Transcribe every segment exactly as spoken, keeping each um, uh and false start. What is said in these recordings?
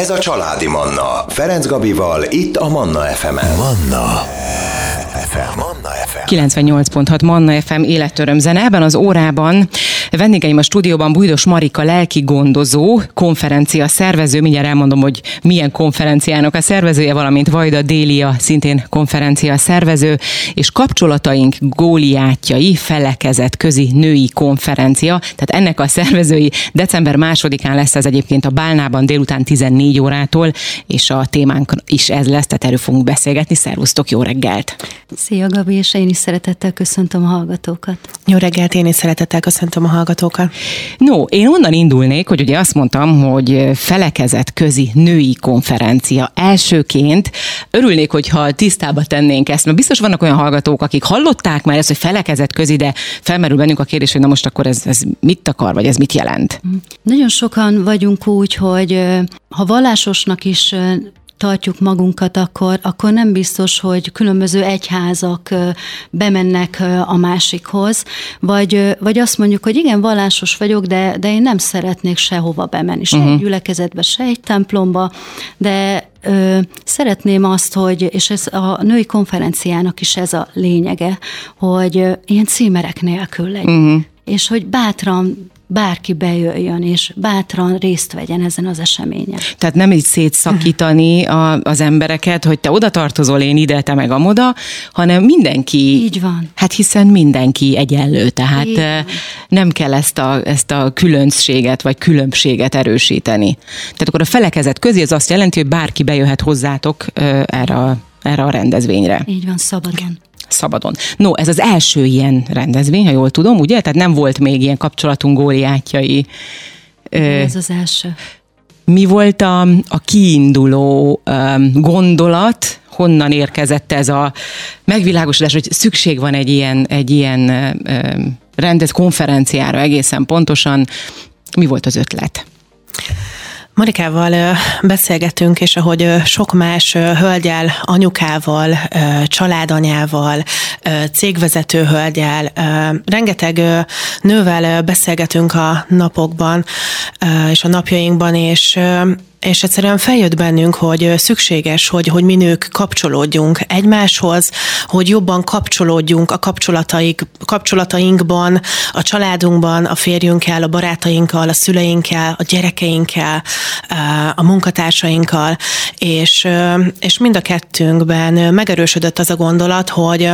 Ez a Családi Manna. Ferenc Gabival, itt a Manna ef emen. Manna ef em. Manna ef em. kilencvennyolc pont hat Manna ef em életöröm zene. Ebben az órában vendégeim a stúdióban Bújdos Marika lelki gondozó, konferencia szervező, mindjárt elmondom, hogy milyen konferenciának a szervezője, valamint Vajda Délia, szintén konferencia szervező, és kapcsolataink góliátjai felekezet közi női konferencia, tehát ennek a szervezői. December másodikán lesz ez egyébként a Bálnában délután tizennégy órától, és a témánk is ez lesz, tehát erről fogunk beszélgetni. Szervusztok, jó reggelt! Szia Gabi, és én is szeretettel köszöntöm a hallgatókat. Jó reggelt, én is szeretettel köszöntöm a hallgatókat. No, én onnan indulnék, hogy ugye azt mondtam, hogy felekezet közi női konferencia. Elsőként örülnék, hogyha tisztába tennénk ezt, mert biztos vannak olyan hallgatók, akik hallották már ezt, hogy felekezet közi, de felmerül bennünk a kérdés, hogy na most akkor ez, ez mit akar, vagy ez mit jelent? Nagyon sokan vagyunk úgy, hogy ha vallásosnak is tartjuk magunkat, akkor, akkor nem biztos, hogy különböző egyházak bemennek a másikhoz, vagy, vagy azt mondjuk, hogy igen, vallásos vagyok, de, de én nem szeretnék sehova bemenni, se uh-huh. egy gyülekezetbe, se egy templomba, de ö, szeretném azt, hogy, és ez a női konferenciának is ez a lényege, hogy ö, ilyen címerek nélkül legyen, uh-huh. és hogy bátran bárki bejöjjön, és bátran részt vegyen ezen az eseményen. Tehát nem így szétszakítani a, az embereket, hogy te oda tartozol, én ide, te meg amoda, hanem mindenki. Így van. Hát hiszen mindenki egyenlő, tehát nem kell ezt a, ezt a különbséget, vagy különbséget erősíteni. Tehát akkor a felekezet közé az azt jelenti, hogy bárki bejöhet hozzátok erre a, erre a rendezvényre. Így van, szabadon. Szabadon. No, ez az első ilyen rendezvény, ha jól tudom, ugye? Tehát nem volt még ilyen kapcsolatunk góliátjai. Ez az első. Mi volt a, a kiinduló um, gondolat, honnan érkezett ez a megvilágosodás, hogy szükség van egy ilyen, egy ilyen um, rendez konferenciára egészen pontosan. Mi volt az ötlet? Marikával beszélgetünk, és ahogy sok más hölgyel, anyukával, családanyával, cégvezető hölgyel, rengeteg nővel beszélgetünk a napokban és a napjainkban, és És egyszerűen feljött bennünk, hogy szükséges, hogy, hogy mi nők kapcsolódjunk egymáshoz, hogy jobban kapcsolódjunk a kapcsolataink, kapcsolatainkban, a családunkban, a férjünkkel, a barátainkkal, a szüleinkkel, a gyerekeinkkel, a munkatársainkkal, és, és mind a kettőnkben megerősödött az a gondolat, hogy,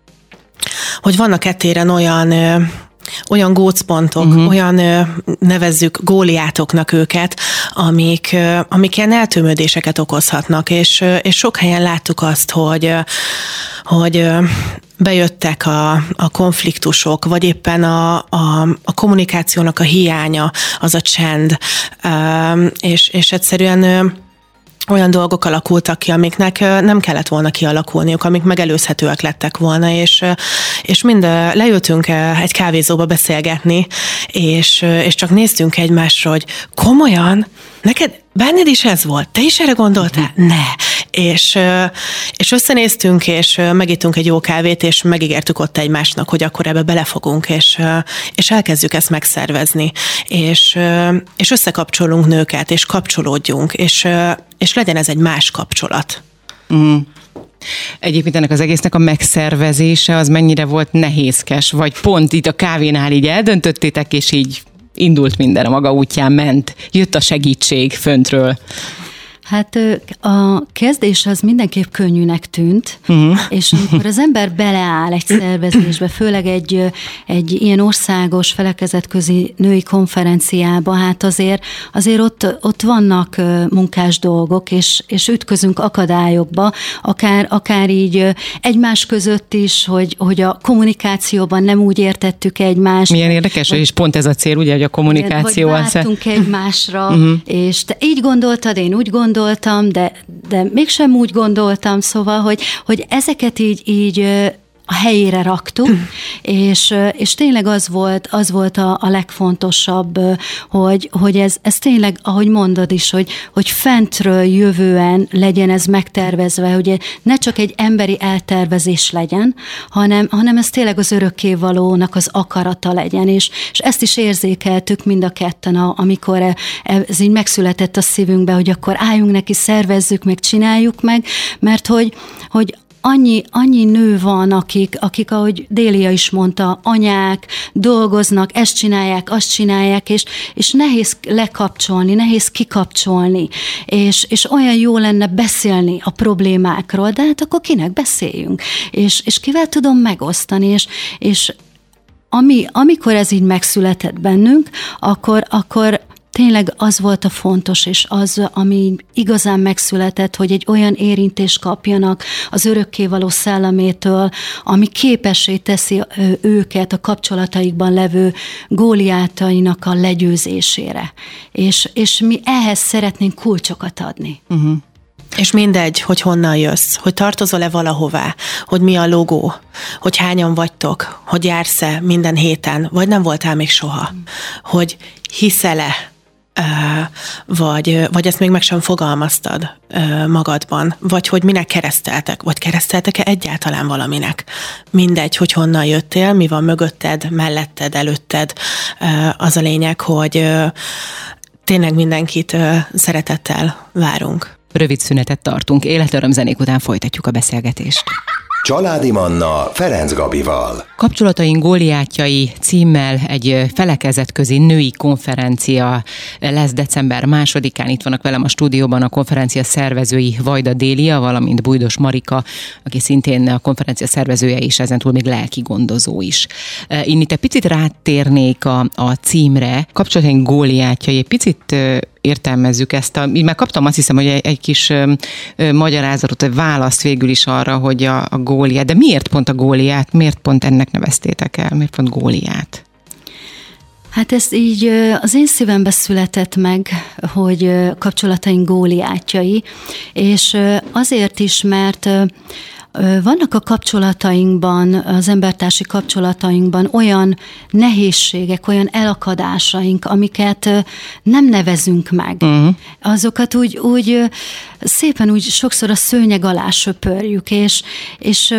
hogy vannak ettéren olyan olyan gócpontok, uh-huh. olyan nevezzük góliátoknak őket, amik, amik ilyen eltömődéseket okozhatnak, és, és sok helyen láttuk azt, hogy, hogy bejöttek a, a konfliktusok, vagy éppen a, a, a kommunikációnak a hiánya, az a csend, és, és egyszerűen olyan dolgok alakultak ki, amiknek nem kellett volna kialakulniuk, amik megelőzhetőek lettek volna, és, és mind leültünk egy kávézóba beszélgetni, és, és csak néztünk egymásra, hogy komolyan? Neked, benned is ez volt? Te is erre gondoltál? Ne! És, és összenéztünk, és megittünk egy jó kávét, és megígértük ott egymásnak, hogy akkor ebbe belefogunk, és, és elkezdjük ezt megszervezni, és, és összekapcsolunk nőket, és kapcsolódjunk, és, és legyen ez egy más kapcsolat. Mm. Egyébként ennek az egésznek a megszervezése az mennyire volt nehézkes, vagy pont itt a kávénál így eldöntöttétek, és így indult minden, a maga útján ment, jött a segítség föntről? Hát a kezdés az mindenképp könnyűnek tűnt, uh-huh. és amikor az ember beleáll egy szervezésbe, főleg egy, egy ilyen országos felekezetközi női konferenciába, hát azért, azért ott, ott vannak munkás dolgok, és, és ütközünk akadályokba, akár, akár így egymás között is, hogy, hogy a kommunikációban nem úgy értettük egymást. Milyen érdekes, hogy, és pont ez a cél, ugye, hogy a kommunikáció. Hogy vártunk egymásra, uh-huh. és te így gondoltad, én úgy gondoltam, de, de mégsem úgy gondoltam, szóval, hogy, hogy ezeket így, így a helyére raktuk, és, és tényleg az volt, az volt a, a legfontosabb, hogy, hogy ez, ez tényleg, ahogy mondod is, hogy, hogy fentről jövően legyen ez megtervezve, hogy ne csak egy emberi eltervezés legyen, hanem, hanem ez tényleg az örökkévalónak az akarata legyen, és, és ezt is érzékeltük mind a ketten, amikor ez így megszületett a szívünkbe, hogy akkor álljunk neki, szervezzük meg, csináljuk meg, mert hogy, hogy Annyi, annyi nő van, akik, akik, ahogy Délia is mondta, anyák, dolgoznak, ezt csinálják, azt csinálják, és, és nehéz lekapcsolni, nehéz kikapcsolni, és, és olyan jó lenne beszélni a problémákról, de hát akkor kinek beszéljünk, és, és kivel tudom megosztani, és, és ami, amikor ez így megszületett bennünk, akkor, akkor tényleg az volt a fontos, és az, ami igazán megszületett, hogy egy olyan érintést kapjanak az örökkévaló szellemétől, ami képessé teszi őket a kapcsolataikban levő góliátainak a legyőzésére. És, és mi ehhez szeretnénk kulcsokat adni. Uh-huh. És mindegy, hogy honnan jössz, hogy tartozol-e valahová, hogy mi a logó, hogy hányan vagytok, hogy jársz-e minden héten, vagy nem voltál még soha, mm. hogy hiszel-e, vagy, vagy ezt még meg sem fogalmaztad magadban, vagy hogy minek kereszteltek, vagy kereszteltek-e egyáltalán valaminek. Mindegy, hogy honnan jöttél, mi van mögötted, melletted, előtted. Az a lényeg, hogy tényleg mindenkit szeretettel várunk. Rövid szünetet tartunk, életörömzenék után folytatjuk a beszélgetést. Családi Manna Ferenc Gabival. Kapcsolataink góliátjai címmel egy felekezetközi női konferencia lesz december másodikán. Itt vannak velem a stúdióban a konferencia szervezői Vajda Délia, valamint Bújdos Marika, aki szintén a konferencia szervezője és ezentúl még lelki gondozó is. Én itt egy picit rátérnék a, a címre. Kapcsolataink góliátjai, egy picit értelmezzük ezt. A, így már kaptam azt hiszem, hogy egy, egy kis ö, ö, magyarázatot, vagy választ végül is arra, hogy a, a Góliát. De miért pont a Góliát? Miért pont ennek neveztétek el? Miért pont Góliát? Hát ez így az én szívembe született meg, hogy kapcsolataink góliátjai, és azért is, mert vannak a kapcsolatainkban, az embertársi kapcsolatainkban olyan nehézségek, olyan elakadásaink, amiket nem nevezünk meg. Uh-huh. Azokat úgy, úgy szépen úgy sokszor a szőnyeg alá söpörjük, és, és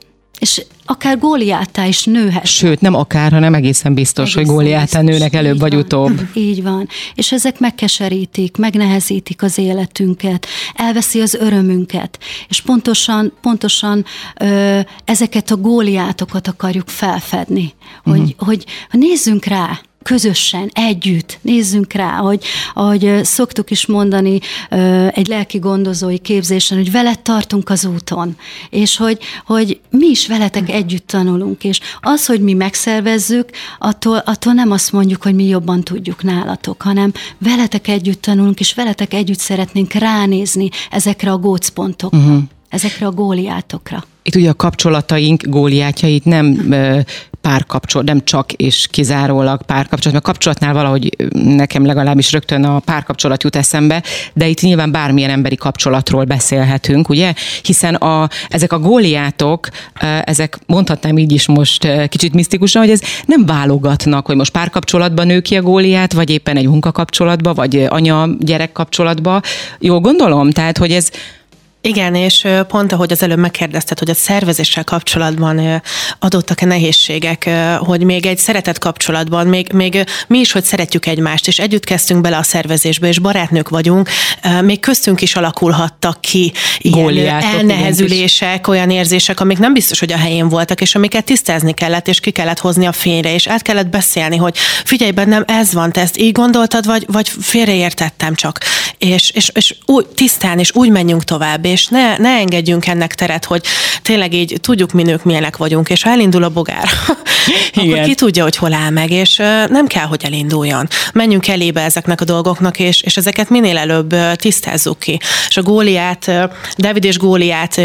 és akár Góliáttá is nőhet. Sőt, nem akár, hanem egészen biztos, egészen hogy Góliáttá nőnek előbb vagy utóbb. Így van. És ezek megkeserítik, megnehezítik az életünket, elveszi az örömünket, és pontosan, pontosan ö, ezeket a Góliátokat akarjuk felfedni, hogy, uh-huh. hogy nézzünk rá, közösen, együtt, nézzünk rá, hogy ahogy szoktuk is mondani egy lelki gondozói képzésen, hogy veled tartunk az úton, és hogy, hogy mi is veletek együtt tanulunk, és az, hogy mi megszervezzük, attól, attól nem azt mondjuk, hogy mi jobban tudjuk nálatok, hanem veletek együtt tanulunk, és veletek együtt szeretnénk ránézni ezekre a gócpontokra, uh-huh. ezekre a góliátokra. Itt ugye a kapcsolataink góliátjait nem párkapcsolat, nem csak és kizárólag párkapcsolat, mert kapcsolatnál valahogy nekem legalábbis rögtön a párkapcsolat jut eszembe, de itt nyilván bármilyen emberi kapcsolatról beszélhetünk, ugye? Hiszen a, ezek a góliátok, ezek mondhatnám így is most kicsit misztikusan, hogy ez nem válogatnak, hogy most párkapcsolatban nő ki a góliát, vagy éppen egy munkakapcsolatba, vagy anya-gyerek kapcsolatba. Jól gondolom? Tehát, hogy ez igen, és pont ahogy az előbb megkérdezted, hogy a szervezéssel kapcsolatban adottak-e nehézségek, hogy még egy szeretett kapcsolatban, még, még mi is, hogy szeretjük egymást, és együtt kezdtünk bele a szervezésbe, és barátnők vagyunk, még köztünk is alakulhattak ki ilyen elnehezülések, olyan érzések, amik nem biztos, hogy a helyén voltak, és amiket tisztázni kellett, és ki kellett hozni a fényre, és át kellett beszélni, hogy figyelj, bennem ez van, te ezt így gondoltad, vagy, vagy félreértettem csak. És, és, és úgy, tisztán, és úgy menjünk tovább, és ne, ne engedjünk ennek teret, hogy tényleg így tudjuk, mi nők milyenek vagyunk, és ha elindul a bogár, akkor ki tudja, hogy hol áll meg, és nem kell, hogy elinduljon. Menjünk elébe ezeknek a dolgoknak, és, és ezeket minél előbb tisztázzuk ki. És a Góliát, Dávid és Góliát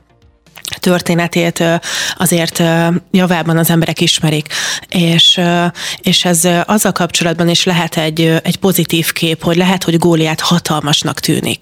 történetét azért javában az emberek ismerik, és, és ez azzal kapcsolatban is lehet egy, egy pozitív kép, hogy lehet, hogy Góliát hatalmasnak tűnik.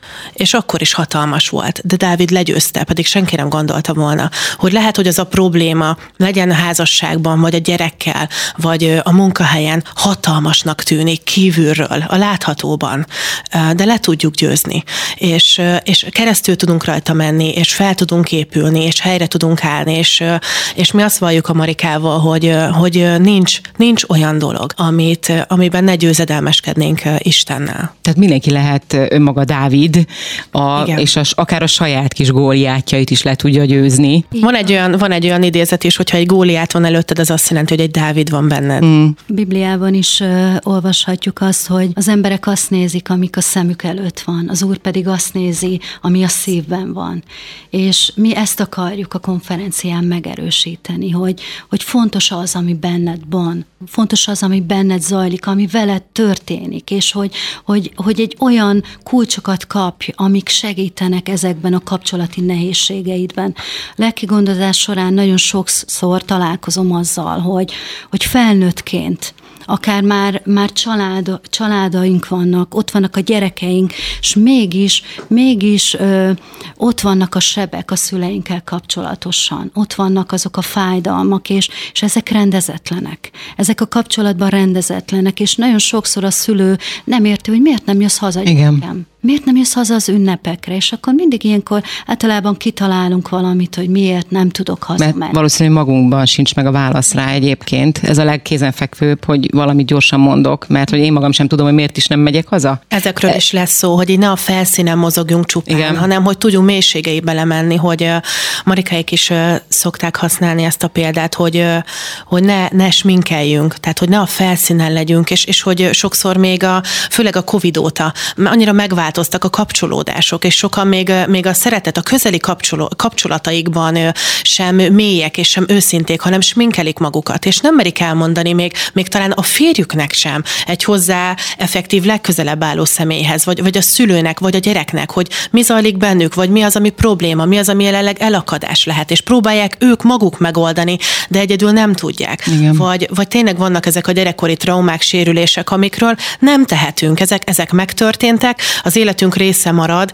és akkor is hatalmas volt, de Dávid legyőzte, pedig senki nem gondolta volna, hogy lehet, hogy az a probléma legyen a házasságban, vagy a gyerekkel, vagy a munkahelyen hatalmasnak tűnik kívülről, a láthatóban, de le tudjuk győzni, és, és keresztül tudunk rajta menni, és fel tudunk épülni, és helyre tudunk állni, és, és mi azt valljuk a Marikával, hogy, hogy nincs, nincs olyan dolog, amit, amiben ne győzedelmeskednénk Istennel. Tehát mindenki lehet önmaga Dávid, a, és a, akár a saját kis góliátjait is le tudja győzni. Van egy olyan, van egy olyan idézet is, hogyha egy góliát van előtted, az azt jelenti, hogy egy Dávid van benned. Mm. Bibliában is uh, olvashatjuk azt, hogy az emberek azt nézik, amik a szemük előtt van, az Úr pedig azt nézi, ami a szívben van. És mi ezt akarjuk a konferencián megerősíteni, hogy, hogy fontos az, ami benned van, fontos az, ami benned zajlik, ami veled történik, és hogy, hogy, hogy egy olyan kulcsokat kapj, amik segítenek ezekben a kapcsolati nehézségeidben. Lelki gondozás során nagyon sokszor találkozom azzal, hogy, hogy felnőttként, akár már, már család, családaink vannak, ott vannak a gyerekeink, és mégis, mégis ö, ott vannak a sebek a szüleinkkel kapcsolatosan, ott vannak azok a fájdalmak, és, és ezek rendezetlenek. Ezek a kapcsolatban rendezetlenek, és nagyon sokszor a szülő nem érti, hogy miért nem jössz haza gyerekem. Miért nem jössz haza az ünnepekre? És akkor mindig ilyenkor általában kitalálunk valamit, hogy miért nem tudok hazamenni. Mert valószínűleg magunkban sincs meg a válasz rá egyébként. Ez a legkézenfekvőbb, hogy valamit gyorsan mondok, mert hogy én magam sem tudom, hogy miért is nem megyek haza. Ezekről is lesz szó, hogy így ne a felszínen mozogjunk csupán, igen, hanem hogy tudjunk mélységeibe lemenni, hogy Marikáik is szokták használni ezt a példát, hogy, hogy ne, ne sminkeljünk, tehát hogy ne a felszínen legyünk, és, és hogy sokszor még a, főleg a Covid óta annyira megváltoztak a kapcsolódások, és sokan még, még a szeretet, a közeli kapcsoló, kapcsolataikban sem mélyek és sem őszinték, hanem sminkelik magukat, és nem merik elmondani még, még talán a férjüknek sem egy hozzá effektív legközelebb álló személyhez, vagy, vagy a szülőnek, vagy a gyereknek, hogy mi zajlik bennük, vagy mi az, ami probléma, mi az, ami jelenleg elakadás lehet, és próbálják ők maguk megoldani, de egyedül nem tudják. Vagy, vagy tényleg vannak ezek a gyerekkori traumák, sérülések, amikről nem tehetünk, ezek, ezek megtörténtek, az életünk része marad,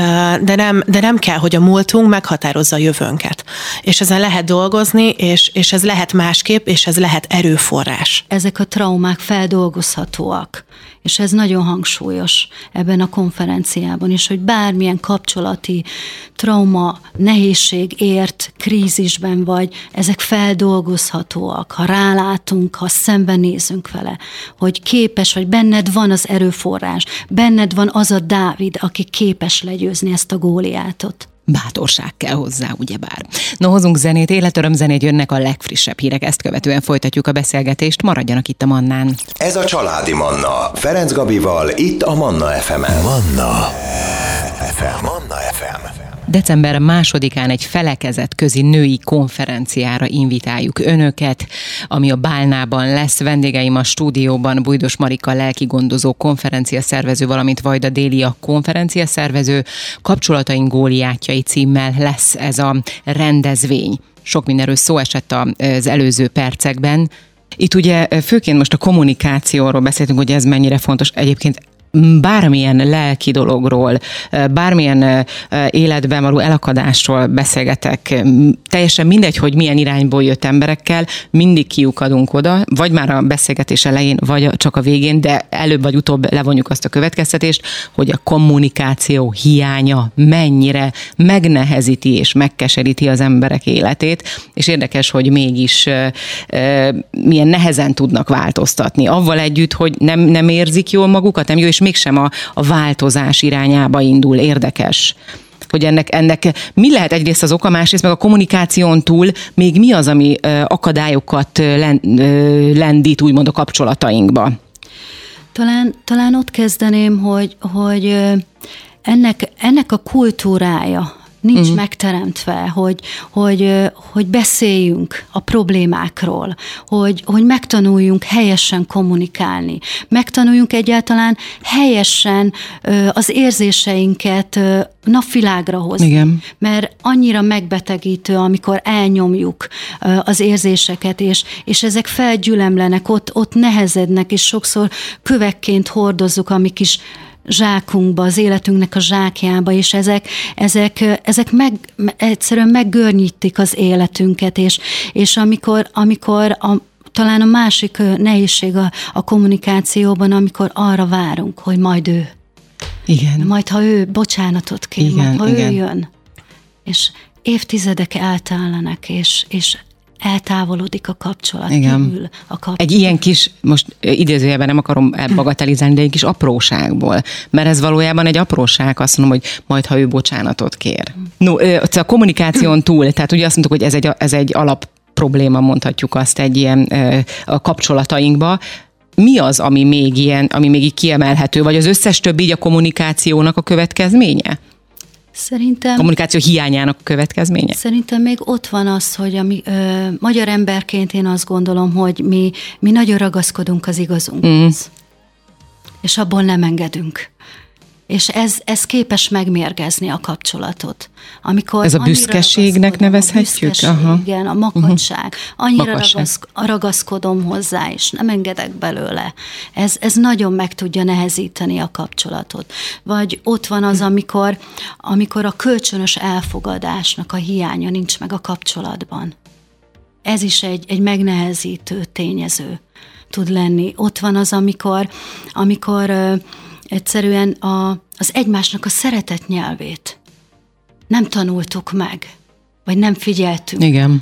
de nem, de nem kell, hogy a múltunk meghatározza a jövőnket. És ezen lehet dolgozni, és, és ez lehet másképp, és ez lehet erőforrás. Ezek a traumák feldolgozhatóak, és ez nagyon hangsúlyos ebben a konferenciában is, hogy bármilyen kapcsolati trauma, nehézség ért, krízisben vagy, ezek feldolgozhatóak, ha rálátunk, ha szembenézünk vele, hogy képes vagy, benned van az erőforrás, benned van az a Dávid, aki képes legyőzni ezt a Góliátot. Bátorság kell hozzá, ugyebár. No, hozunk zenét, életöröm zenét, jönnek a legfrissebb hírek, ezt követően folytatjuk a beszélgetést, maradjanak itt a Mannán. Ez a Családi Manna, Ferenc Gabival, itt a Manna ef emen. Manna ef em. Manna ef em. December másodikán egy felekezet közi női konferenciára invitáljuk önöket, ami a Bálnában lesz. Vendégeim a stúdióban Bújdos Marika lelkigondozó konferencia szervező, valamint Vajda Délia konferencia szervező. Kapcsolataink Góliátjai címmel lesz ez a rendezvény. Sok mindenről szó esett az előző percekben. Itt ugye főként most a kommunikációról beszéltünk, hogy ez mennyire fontos. Egyébként bármilyen lelki dologról, bármilyen életben való elakadásról beszélgetek, teljesen mindegy, hogy milyen irányból jött emberekkel, mindig kiukadunk oda, vagy már a beszélgetés elején, vagy csak a végén, de előbb vagy utóbb levonjuk azt a következtetést, hogy a kommunikáció hiánya mennyire megnehezíti és megkeseríti az emberek életét, és érdekes, hogy mégis e, e, milyen nehezen tudnak változtatni. Avval együtt, hogy nem, nem érzik jól magukat, nem jó, és mégsem a, a változás irányába indul. Érdekes, hogy ennek, ennek mi lehet egyrészt az oka, másrészt meg a kommunikáción túl még mi az, ami akadályokat lendít úgymond a kapcsolatainkba? Talán, talán ott kezdeném, hogy, hogy ennek, ennek a kultúrája nincs uh-huh. megteremtve, hogy, hogy, hogy beszéljünk a problémákról, hogy, hogy megtanuljunk helyesen kommunikálni, megtanuljunk egyáltalán helyesen az érzéseinket napvilágra hozni. Igen. Mert annyira megbetegítő, amikor elnyomjuk az érzéseket, és, és ezek felgyülemlenek, ott, ott nehezednek, és sokszor kövekként hordozzuk, amik is zsákunkba, az életünknek a zsákjába, és ezek, ezek, ezek meg, egyszerűen meggörnyítik az életünket, és, és amikor, amikor a, talán a másik nehézség a, a kommunikációban, amikor arra várunk, hogy majd ő. Igen. Majd, ha ő bocsánatot kér, igen, majd, ha igen. ő jön. És évtizedek eltellenek, és, és eltávolodik a kapcsolat. Igen. A kapcsolat. Egy ilyen kis, most idézőjelben nem akarom elbagatelizálni, de egy kis apróságból. Mert ez valójában egy apróság, azt mondom, hogy majd, ha ő bocsánatot kér. No, a kommunikáción túl, tehát ugye azt mondtuk, hogy ez egy, ez egy alap probléma, mondhatjuk azt egy ilyen a kapcsolatainkba. Mi az, ami még ilyen, ami még így kiemelhető, vagy az összes többi így a kommunikációnak a következménye? Szerintem... Kommunikáció hiányának a következménye? Szerintem még ott van az, hogy a mi, ö, magyar emberként én azt gondolom, hogy mi, mi nagyon ragaszkodunk az igazunkhoz. Mm. És abból nem engedünk. És ez, ez képes megmérgezni a kapcsolatot. Amikor ez a büszkeségnek nevezhetjük? A büszkeség, aha. Igen, a makacság. Annyira makacság. Ragaszk, ragaszkodom hozzá, és nem engedek belőle. Ez, ez nagyon meg tudja nehezíteni a kapcsolatot. Vagy ott van az, amikor, amikor a kölcsönös elfogadásnak a hiánya nincs meg a kapcsolatban. Ez is egy, egy megnehezítő tényező tud lenni. Ott van az, amikor, amikor egyszerűen a, az egymásnak a szeretet nyelvét nem tanultuk meg, vagy nem figyeltünk. Igen.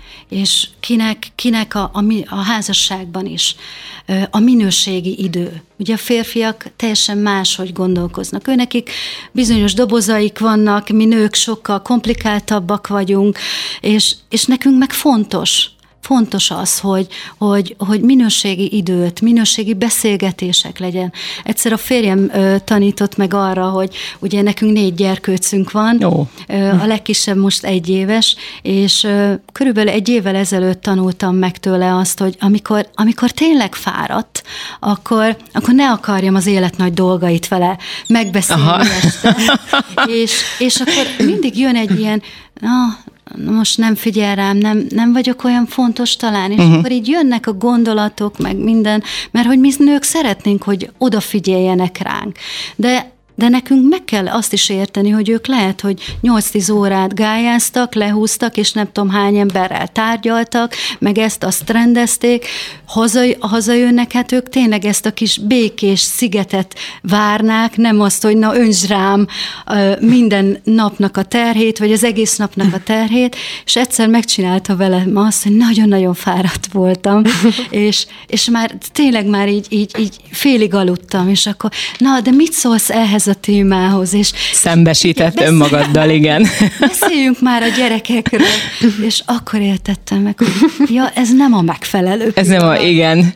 És kinek, kinek a, a, a házasságban is a minőségi idő. Ugye a férfiak teljesen máshogy gondolkoznak. Őnekik bizonyos dobozaik vannak, mi nők sokkal komplikáltabbak vagyunk, és, és nekünk meg fontos. Fontos az, hogy, hogy, hogy minőségi időt, minőségi beszélgetések legyen. Egyszer a férjem ö, tanított meg arra, hogy ugye nekünk négy gyerkőcünk van, oh. ö, a legkisebb most egy éves, és ö, körülbelül egy évvel ezelőtt tanultam meg tőle azt, hogy amikor, amikor tényleg fáradt, akkor, akkor ne akarjam az élet nagy dolgait vele megbeszélni este. és, és akkor mindig jön egy ilyen, na, most nem figyel rám, nem, nem vagyok olyan fontos talán, és uh-huh. akkor így jönnek a gondolatok, meg minden, mert hogy mi nők szeretnénk, hogy odafigyeljenek ránk. De De nekünk meg kell azt is érteni, hogy ők lehet, hogy nyolc-tíz órát gályáztak, lehúztak, és nem tudom hány emberrel tárgyaltak, meg ezt-azt rendezték, haza, hazajönnek, hát ők tényleg ezt a kis békés szigetet várnák, nem azt, hogy na öntsd rám minden napnak a terhét, vagy az egész napnak a terhét, és egyszer megcsinálta velem azt, hogy nagyon-nagyon fáradt voltam, és, és már tényleg már így, így, így félig aludtam, és akkor na, de mit szólsz ehhez a témához, és szembesített beszél, önmagaddal, igen. Beszéljünk már a gyerekekről, és akkor értettem meg, hogy ja, ez nem a megfelelő. Ez pillanat. Nem a, igen.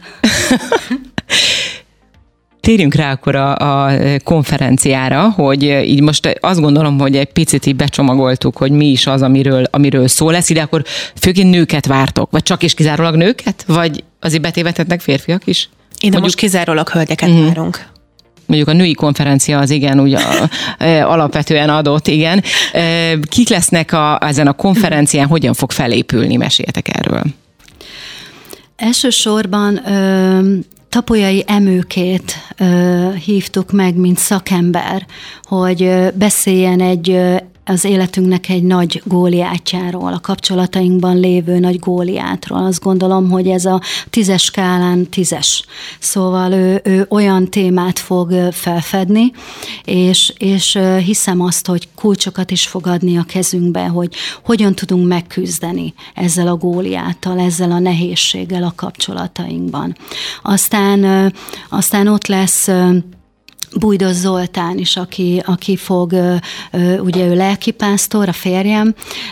Térjünk rá akkor a, a konferenciára, hogy így most azt gondolom, hogy egy picit így becsomagoltuk, hogy mi is az, amiről, amiről szó lesz, ide akkor főként nőket vártok, vagy csak és kizárólag nőket, vagy azért betévedhetnek férfiak is? Ide mondjuk, most kizárólag hölgyeket uh-huh. várunk. Mondjuk a női konferencia az igen, ugye alapvetően adott, igen. Kik lesznek a, ezen a konferencián, hogyan fog felépülni? Meséljetek erről. Elsősorban ö, Tapolyai Emőkét ö, hívtuk meg, mint szakember, hogy ö, beszéljen egy ö, az életünknek egy nagy góliátjáról, a kapcsolatainkban lévő nagy góliátról. Azt gondolom, hogy ez a tízes skálán tízes. Szóval ő, ő olyan témát fog felfedni, és, és hiszem azt, hogy kulcsokat is fog adni a kezünkbe, hogy hogyan tudunk megküzdeni ezzel a góliáttal, ezzel a nehézséggel a kapcsolatainkban. Aztán, aztán ott lesz Bújdos Zoltán is, aki, aki fog, ugye ő lelkipásztor, a férjem,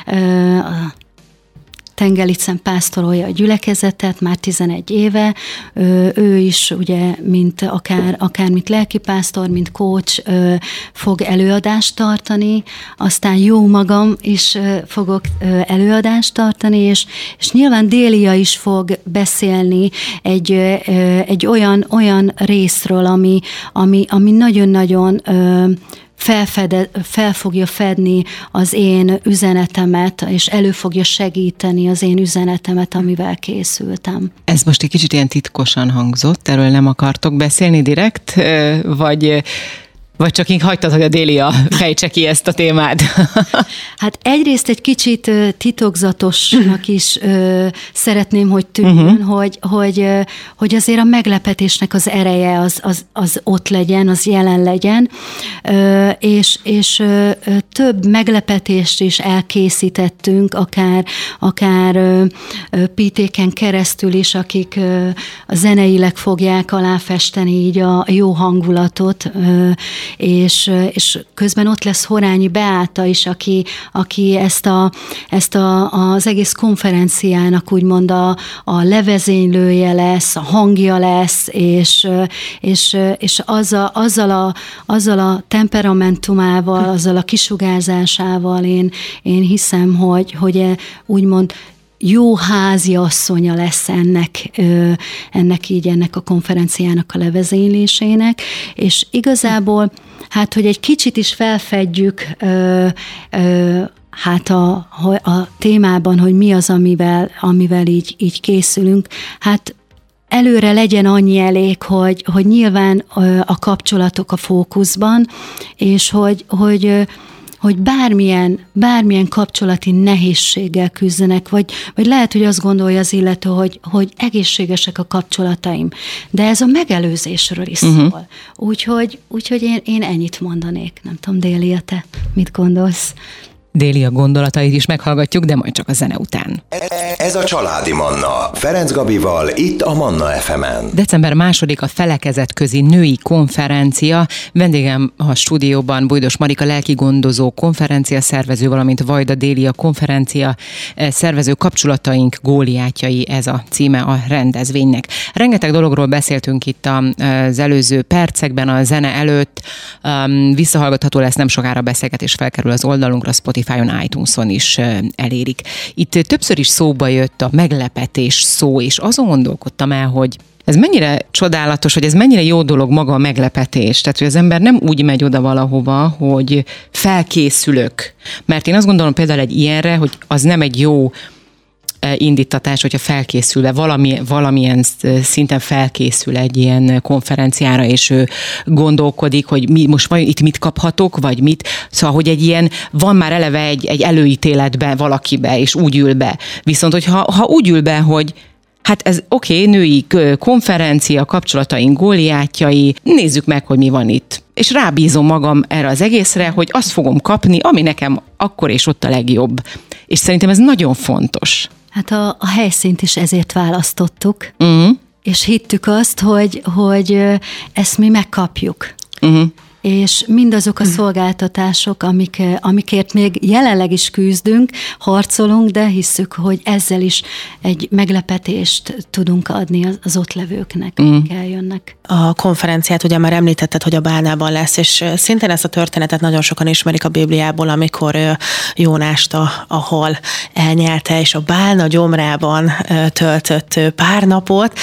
Tengelicen pásztorolja a gyülekezetet már tizenegy éve, ő is ugye, mint akár, akár mint lelkipásztor, mint coach fog előadást tartani, aztán jó magam is fogok előadást tartani, és, és nyilván Délia is fog beszélni egy, egy olyan, olyan részről, ami, ami, ami nagyon-nagyon Felfede, fel fogja fedni az én üzenetemet, és elő fogja segíteni az én üzenetemet, amivel készültem. Ez most egy kicsit ilyen titkosan hangzott, erről nem akartok beszélni direkt, vagy Vagy csak így hagytad, hogy a Délia fejtse ki ezt a témát? Hát egyrészt egy kicsit titokzatosnak is ö, szeretném, hogy tűnjön, uh-huh. hogy, hogy, hogy azért a meglepetésnek az ereje az, az, az ott legyen, az jelen legyen, ö, és, és ö, több meglepetést is elkészítettünk, akár, akár ö, pítéken keresztül is, akik ö, zeneileg fogják aláfesteni így a jó hangulatot, ö, És, és közben ott lesz Horányi Beáta is, aki, aki ezt, a, ezt a, az egész konferenciának úgymond a, a levezénylője lesz, a hangja lesz, és, és, és azzal, azzal, a, azzal a temperamentumával, azzal a kisugárzásával én, én hiszem, hogy, hogy úgymond jó házi asszonya lesz ennek, ennek így, ennek a konferenciának a levezénylésének, és igazából, hát, hogy egy kicsit is felfedjük hát a, a témában, hogy mi az, amivel, amivel így, így készülünk, hát előre legyen annyi elég, hogy, hogy nyilván a kapcsolatok a fókuszban, és hogy, hogy hogy bármilyen, bármilyen kapcsolati nehézséggel küzdenek, vagy, vagy lehet, hogy azt gondolja az illető, hogy, hogy egészségesek a kapcsolataim, de ez a megelőzésről is uh-huh. szól. Úgyhogy, úgyhogy én, én ennyit mondanék. Nem tudom, Délia, te mit gondolsz? Délia gondolatait is meghallgatjuk, de majd csak a zene után. Ez a Családi Manna, Ferenc Gabival, itt a Manna ef emen. december második a felekezetközi női konferencia. Vendégem a stúdióban Bújdos Marika lelkigondozó konferencia szervező, valamint Vajda Délia konferencia szervező. Kapcsolataink góliátjai, ez a címe a rendezvénynek. Rengeteg dologról beszéltünk itt az előző percekben, a zene előtt. Visszahallgatható lesz nem sokára beszélgetés, felkerül az oldalunkra, Spotify-on, iTunes-on is elérik. Itt többször is szóba jött a meglepetés szó, és azon gondolkodtam el, hogy ez mennyire csodálatos, hogy ez mennyire jó dolog maga a meglepetés. Tehát, hogy az ember nem úgy megy oda valahova, hogy felkészülök. Mert én azt gondolom például egy ilyenre, hogy az nem egy jó indítatás, hogyha felkészülve, valami, valamilyen szinten felkészül egy ilyen konferenciára, és ő gondolkodik, hogy mi, most vajon itt mit kaphatok, vagy mit. Szóval, hogy egy ilyen, van már eleve egy, egy előítéletben valakibe, és úgy ül be. Viszont, hogyha ha úgy ül be, hogy hát ez oké, okay, női konferencia, kapcsolataink góliátjai, nézzük meg, hogy mi van itt. És rábízom magam erre az egészre, hogy azt fogom kapni, ami nekem akkor és ott a legjobb. És szerintem ez nagyon fontos. Hát a, a helyszínt is ezért választottuk, uh-huh. és hittük azt, hogy, hogy ezt mi megkapjuk. Uh-huh. És mindazok a szolgáltatások, amik, amikért még jelenleg is küzdünk, harcolunk, de hisszük, hogy ezzel is egy meglepetést tudunk adni az ott levőknek, mm. akik eljönnek. A konferenciát ugye már említetted, hogy a Bálnában lesz, és szintén ezt a történetet nagyon sokan ismerik a Bibliából, amikor Jónást a, a hal elnyelte, és a bálna gyomrában töltött pár napot,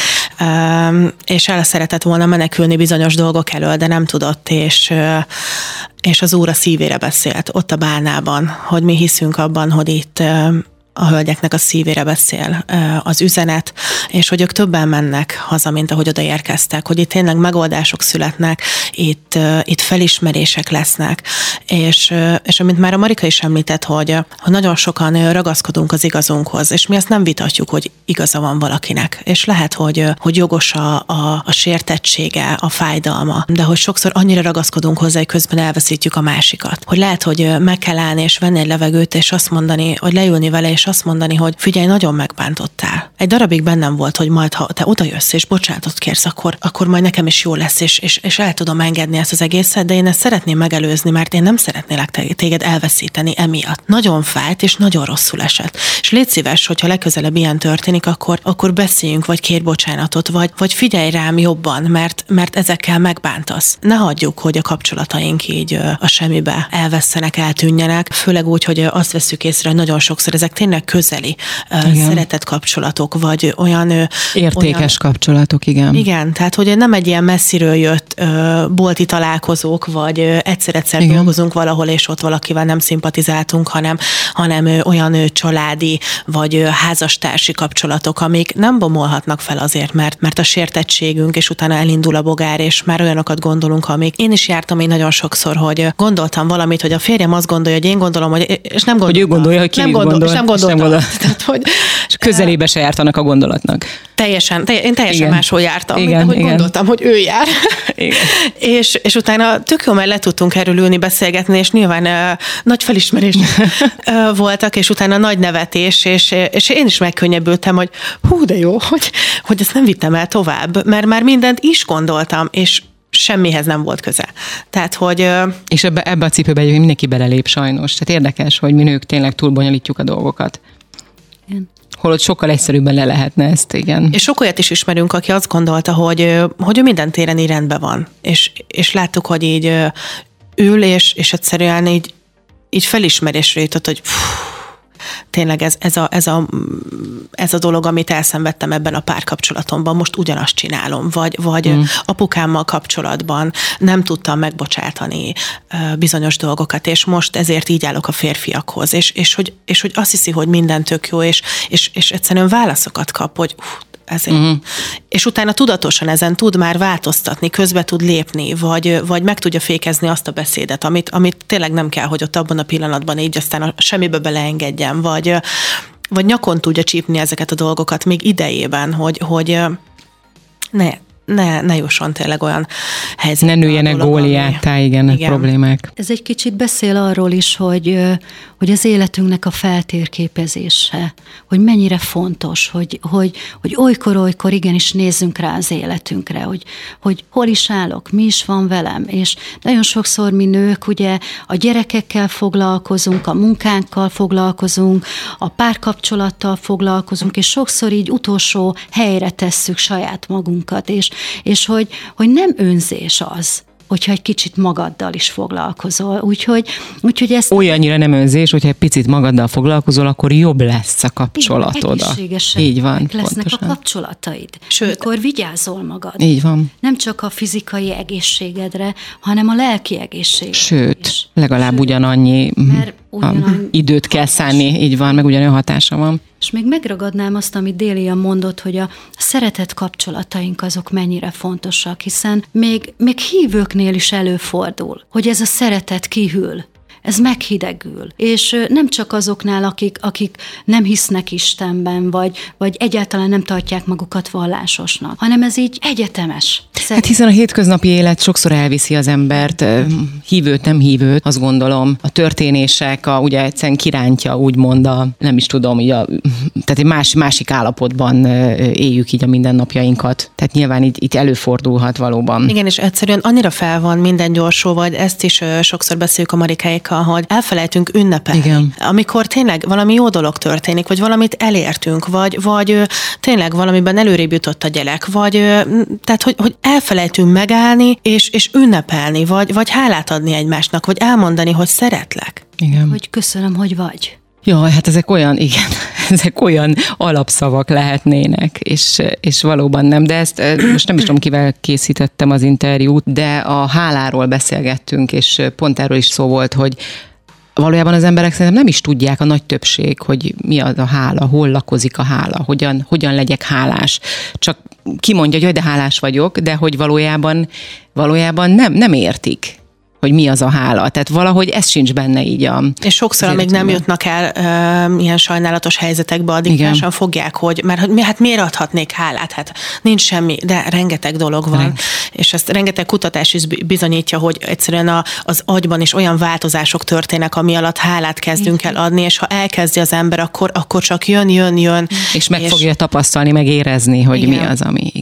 és el szeretett volna menekülni bizonyos dolgok elől, de nem tudott, és és az Úr a szívére beszélt, ott a bálnában, hogy mi hiszünk abban, hogy itt a hölgyeknek a szívére beszél az üzenet, és hogy ők többen mennek haza, mint ahogy odaérkeztek, hogy itt tényleg megoldások születnek, itt, itt felismerések lesznek, és, és amint már a Marika is említett, hogy, hogy nagyon sokan ragaszkodunk az igazunkhoz, és mi azt nem vitatjuk, hogy igaza van valakinek, és lehet, hogy, hogy jogos a, a, a sértettsége, a fájdalma, de hogy sokszor annyira ragaszkodunk hozzá, hogy közben elveszítjük a másikat. Hogy lehet, hogy meg kell állni, és venni egy levegőt, és azt mondani, hogy leülni vele, és azt mondani, hogy figyelj, nagyon megbántottál. Egy darabig bennem volt, hogy majd, ha te odajössz és bocsánatot kérsz, akkor, akkor majd nekem is jó lesz, és, és, és el tudom engedni ezt az egészet, de én ezt szeretném megelőzni, mert én nem szeretnélek téged elveszíteni emiatt. Nagyon fájt, és nagyon rosszul esett. És légy szíves, hogyha legközelebb ilyen történik, akkor, akkor beszéljünk, vagy kérj bocsánatot, vagy, vagy figyelj rám jobban, mert, mert ezekkel megbántasz. Ne hagyjuk, hogy a kapcsolataink így a semmibe elvesztenek, eltűnjenek, főleg úgy, hogy azt vesszük észre, hogy nagyon sokszor ezek tényleg tényleg közeli igen. szeretett kapcsolatok, vagy olyan... Értékes olyan, kapcsolatok, igen. Igen, tehát hogy nem egy ilyen messziről jött ö, bolti találkozók, vagy egyszer-egyszer igen. dolgozunk valahol, és ott valakivel nem szimpatizáltunk, hanem, hanem ö, olyan ö, családi, vagy ö, házastársi kapcsolatok, amik nem bomolhatnak fel azért, mert, mert a sértettségünk, és utána elindul a bogár, és már olyanokat gondolunk, amik... Én is jártam így nagyon sokszor, hogy gondoltam valamit, hogy a férjem azt gondolja, hogy én gondolom, hogy... És nem hogy ő gondolja, hogy ki nem gondol, gondol, és nem gondoltam. És, nem gondol. Tehát, hogy, és közelébe se jártanak a gondolatnak. Teljesen, te, én teljesen igen. máshol jártam, igen, mint ahogy igen. gondoltam, hogy ő jár. Igen. és, és utána tök jó, mert le tudtunk erről ülni, beszélgetni, és nyilván uh, nagy felismerés uh, voltak, és utána nagy nevetés, és, és én is megkönnyebbültem, hogy hú, de jó, hogy, hogy ezt nem vittem el tovább, mert már mindent is gondoltam, és semmihez nem volt köze. Tehát, hogy... És ebbe, ebbe a cipőbe mindenki belelép sajnos. Tehát érdekes, hogy mi nők tényleg túlbonyolítjuk a dolgokat. Igen. Holott sokkal egyszerűbben le lehetne ezt, igen. És sok olyat is ismerünk, aki azt gondolta, hogy, hogy ő minden téren így rendben van. És, és láttuk, hogy így ül, és, és egyszerűen így, így felismerésre jutott, hogy pff, tényleg ez, ez, a, ez, a, ez a dolog, amit elszenvedtem ebben a párkapcsolatomban, most ugyanazt csinálom, vagy, vagy mm. apukámmal kapcsolatban nem tudtam megbocsátani bizonyos dolgokat, és most ezért így állok a férfiakhoz, és, és, hogy, és hogy azt hiszi, hogy minden tök jó, és, és, és egyszerűen válaszokat kap, hogy uh, ezért. Mm. És utána tudatosan ezen tud már változtatni, közbe tud lépni, vagy, vagy meg tudja fékezni azt a beszédet, amit, amit tényleg nem kell, hogy ott abban a pillanatban így aztán a semmibe beleengedjen, vagy, vagy nyakon tudja csípni ezeket a dolgokat még idejében, hogy, hogy ne, ne, ne jusson tényleg olyan helyzetbe. Ne nőjenek góliáttá, igen, igen, problémák. Ez egy kicsit beszél arról is, hogy, hogy az életünknek a feltérképezése, hogy mennyire fontos, hogy, hogy, hogy olykor-olykor igenis nézzünk rá az életünkre, hogy, hogy hol is állok, mi is van velem, és nagyon sokszor mi nők ugye a gyerekekkel foglalkozunk, a munkánkkal foglalkozunk, a párkapcsolattal foglalkozunk, és sokszor így utolsó helyre tesszük saját magunkat, és és hogy, hogy nem önzés az, hogyha egy kicsit magaddal is foglalkozol. Úgyhogy, úgyhogy ezt... Olyannyira nem önzés, hogyha egy picit magaddal foglalkozol, akkor jobb lesz a kapcsolatod. Egészségesen így van, lesznek pontosan. a kapcsolataid. Sőt, akkor vigyázol magad. Így van. Nem csak a fizikai egészségedre, hanem a lelki egészségedre. Sőt, is. legalább Sőt, ugyanannyi ugyanannyi időt kell szánni, így van, meg ugyanolyan hatása van. És még megragadnám azt, amit Délia mondott, hogy a szeretet kapcsolataink azok mennyire fontosak, hiszen még, még hívőknél is előfordul, hogy ez a szeretet kihűl. Ez meghidegül. És nem csak azoknál, akik, akik nem hisznek Istenben, vagy, vagy egyáltalán nem tartják magukat vallásosnak, hanem ez így egyetemes. Szerint. Hát hiszen a hétköznapi élet sokszor elviszi az embert, hívőt, nem hívőt, azt gondolom. A történések, a, ugye egyszerűen kirántja, úgymond a, nem is tudom, így a, tehát egy más, másik állapotban éljük így a mindennapjainkat. Tehát nyilván itt, itt előfordulhat valóban. Igen, és egyszerűen annyira fel van minden gyorsó, vagy ezt is sokszor beszéljük a Marikáékkal, hogy elfelejtünk ünnepelni. Igen. Amikor tényleg valami jó dolog történik, vagy valamit elértünk, vagy, vagy tényleg valamiben előrébb jutott a gyerek, vagy tehát, hogy, hogy elfelejtünk megállni, és, és ünnepelni, vagy, vagy hálát adni egymásnak, vagy elmondani, hogy szeretlek. Igen. Hogy köszönöm, hogy vagy. Jaj, hát ezek olyan, igen, ezek olyan alapszavak lehetnének, és, és valóban nem, de ezt most nem is tudom, kivel készítettem az interjút, de a háláról beszélgettünk, és pont erről is szó volt, hogy valójában az emberek szerintem nem is tudják, a nagy többség, hogy mi az a hála, hol lakozik a hála, hogyan, hogyan legyek hálás. Csak kimondja, hogy jaj, de hálás vagyok, de hogy valójában, valójában nem, nem értik, hogy mi az a hála. Tehát valahogy ez sincs benne így a... És sokszor, amíg nem jutnak el uh, ilyen sajnálatos helyzetekbe, addig másán fogják, hogy mert hogy, hát miért adhatnék hálát? Hát nincs semmi, de rengeteg dolog van. Reng. És ezt rengeteg kutatás is bizonyítja, hogy egyszerűen a, az agyban is olyan változások történnek, ami alatt hálát kezdünk el adni, és ha elkezdi az ember, akkor, akkor csak jön, jön, jön. És meg és... fogja tapasztalni, meg érezni, hogy igen. mi az, ami, igen.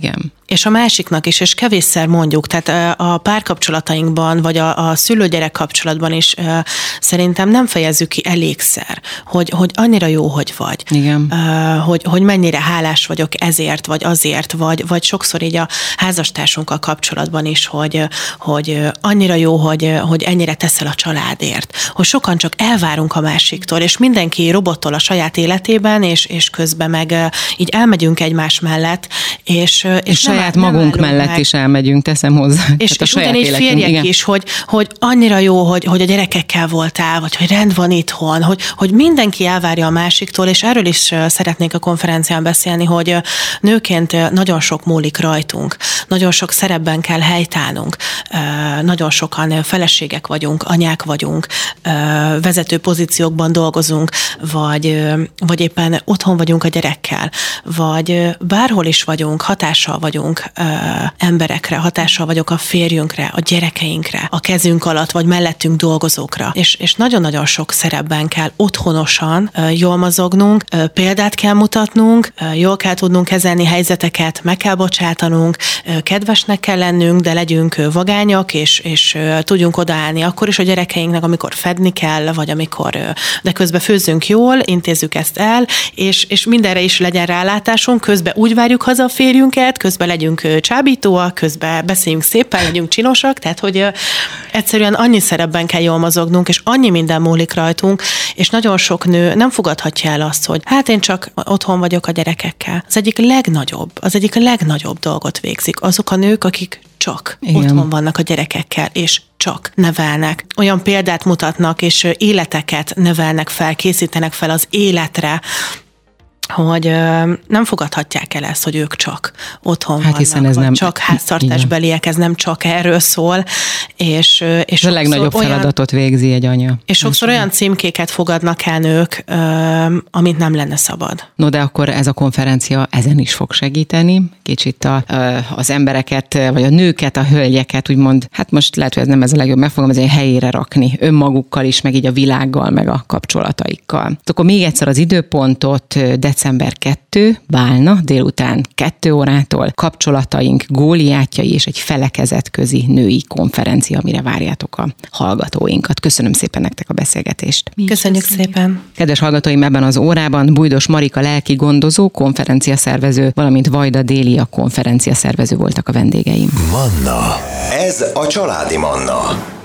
és a másiknak is, és kevésszer mondjuk, tehát a párkapcsolatainkban, vagy a, a szülő-gyerek kapcsolatban is szerintem nem fejezzük ki elégszer, hogy, hogy annyira jó, hogy vagy. Igen. Hogy, hogy mennyire hálás vagyok ezért, vagy azért, vagy, vagy sokszor így a házastársunkkal kapcsolatban is, hogy, hogy annyira jó, hogy, hogy ennyire teszel a családért. Hogy sokan csak elvárunk a másiktól, és mindenki robottol a saját életében, és, és közben meg így elmegyünk egymás mellett, és, és, és saját nem, magunk nem mellett meg. Is elmegyünk, teszem hozzá. És, és ugyanígy férjek igen. is, hogy, hogy annyira jó, hogy, hogy a gyerekekkel voltál, vagy hogy rend van itthon, hogy, hogy mindenki elvárja a másiktól, és erről is szeretnék a konferencián beszélni, hogy nőként nagyon sok múlik rajtunk, nagyon sok szerepben kell helytállnunk, nagyon sokan feleségek vagyunk, anyák vagyunk, vezető pozíciókban dolgozunk, vagy, vagy éppen otthon vagyunk a gyerekkel, vagy bárhol is vagyunk, hatással vagyunk emberekre, hatással vagyok a férjünkre, a gyerekeinkre, a kezünk alatt, vagy mellettünk dolgozókra. És, és nagyon-nagyon sok szerepben kell otthonosan jól mozognunk, példát kell mutatnunk, jól kell tudnunk kezelni helyzeteket, meg kell bocsátanunk, kedvesnek kell lennünk, de legyünk vagányak, és, és tudjunk odaállni akkor is a gyerekeinknek, amikor fedni kell, vagy amikor, de közben főzzünk jól, intézzük ezt el, és, és mindenre is legyen rálátásunk, közben úgy várjuk haza a férjünket, közben legyünk csábítóak, közben beszéljünk szépen, legyünk csinosak, tehát hogy egyszerűen annyi szerepben kell jól mozognunk, és annyi minden múlik rajtunk, és nagyon sok nő nem fogadhatja el azt, hogy hát én csak otthon vagyok a gyerekekkel. Az egyik legnagyobb, az egyik legnagyobb dolgot végzik azok a nők, akik csak igen. otthon vannak a gyerekekkel, és csak nevelnek. Olyan példát mutatnak, és életeket nevelnek fel, készítenek fel az életre, hogy ö, nem fogadhatják el ezt, hogy ők csak otthon hát vannak, ez nem, csak háztartásbeliek, ez nem csak erről szól. És, és a legnagyobb olyan, feladatot végzi egy anya. És sokszor olyan olyan címkéket fogadnak el nők, ö, amit nem lenne szabad. No, de akkor ez a konferencia ezen is fog segíteni. Kicsit a, az embereket, vagy a nőket, a hölgyeket, úgymond, hát most lehet, hogy ez nem ez a legjobb megfogalmazni, helyére rakni önmagukkal is, meg így a világgal, meg a kapcsolataikkal. Akkor még egyszer az időpontot, december kettő, Bálna, délután kettő órától, kapcsolataink góliátjai és egy felekezetközi női konferencia, amire várjátok a hallgatóinkat. Köszönöm szépen nektek a beszélgetést. Mi Köszönjük szépen. Kedves hallgatóim, ebben az órában Bújdos Marika lelki gondozó, konferencia szervező, valamint Vajda Délia konferencia szervező voltak a vendégeim. Manna. Ez a Családi Manna.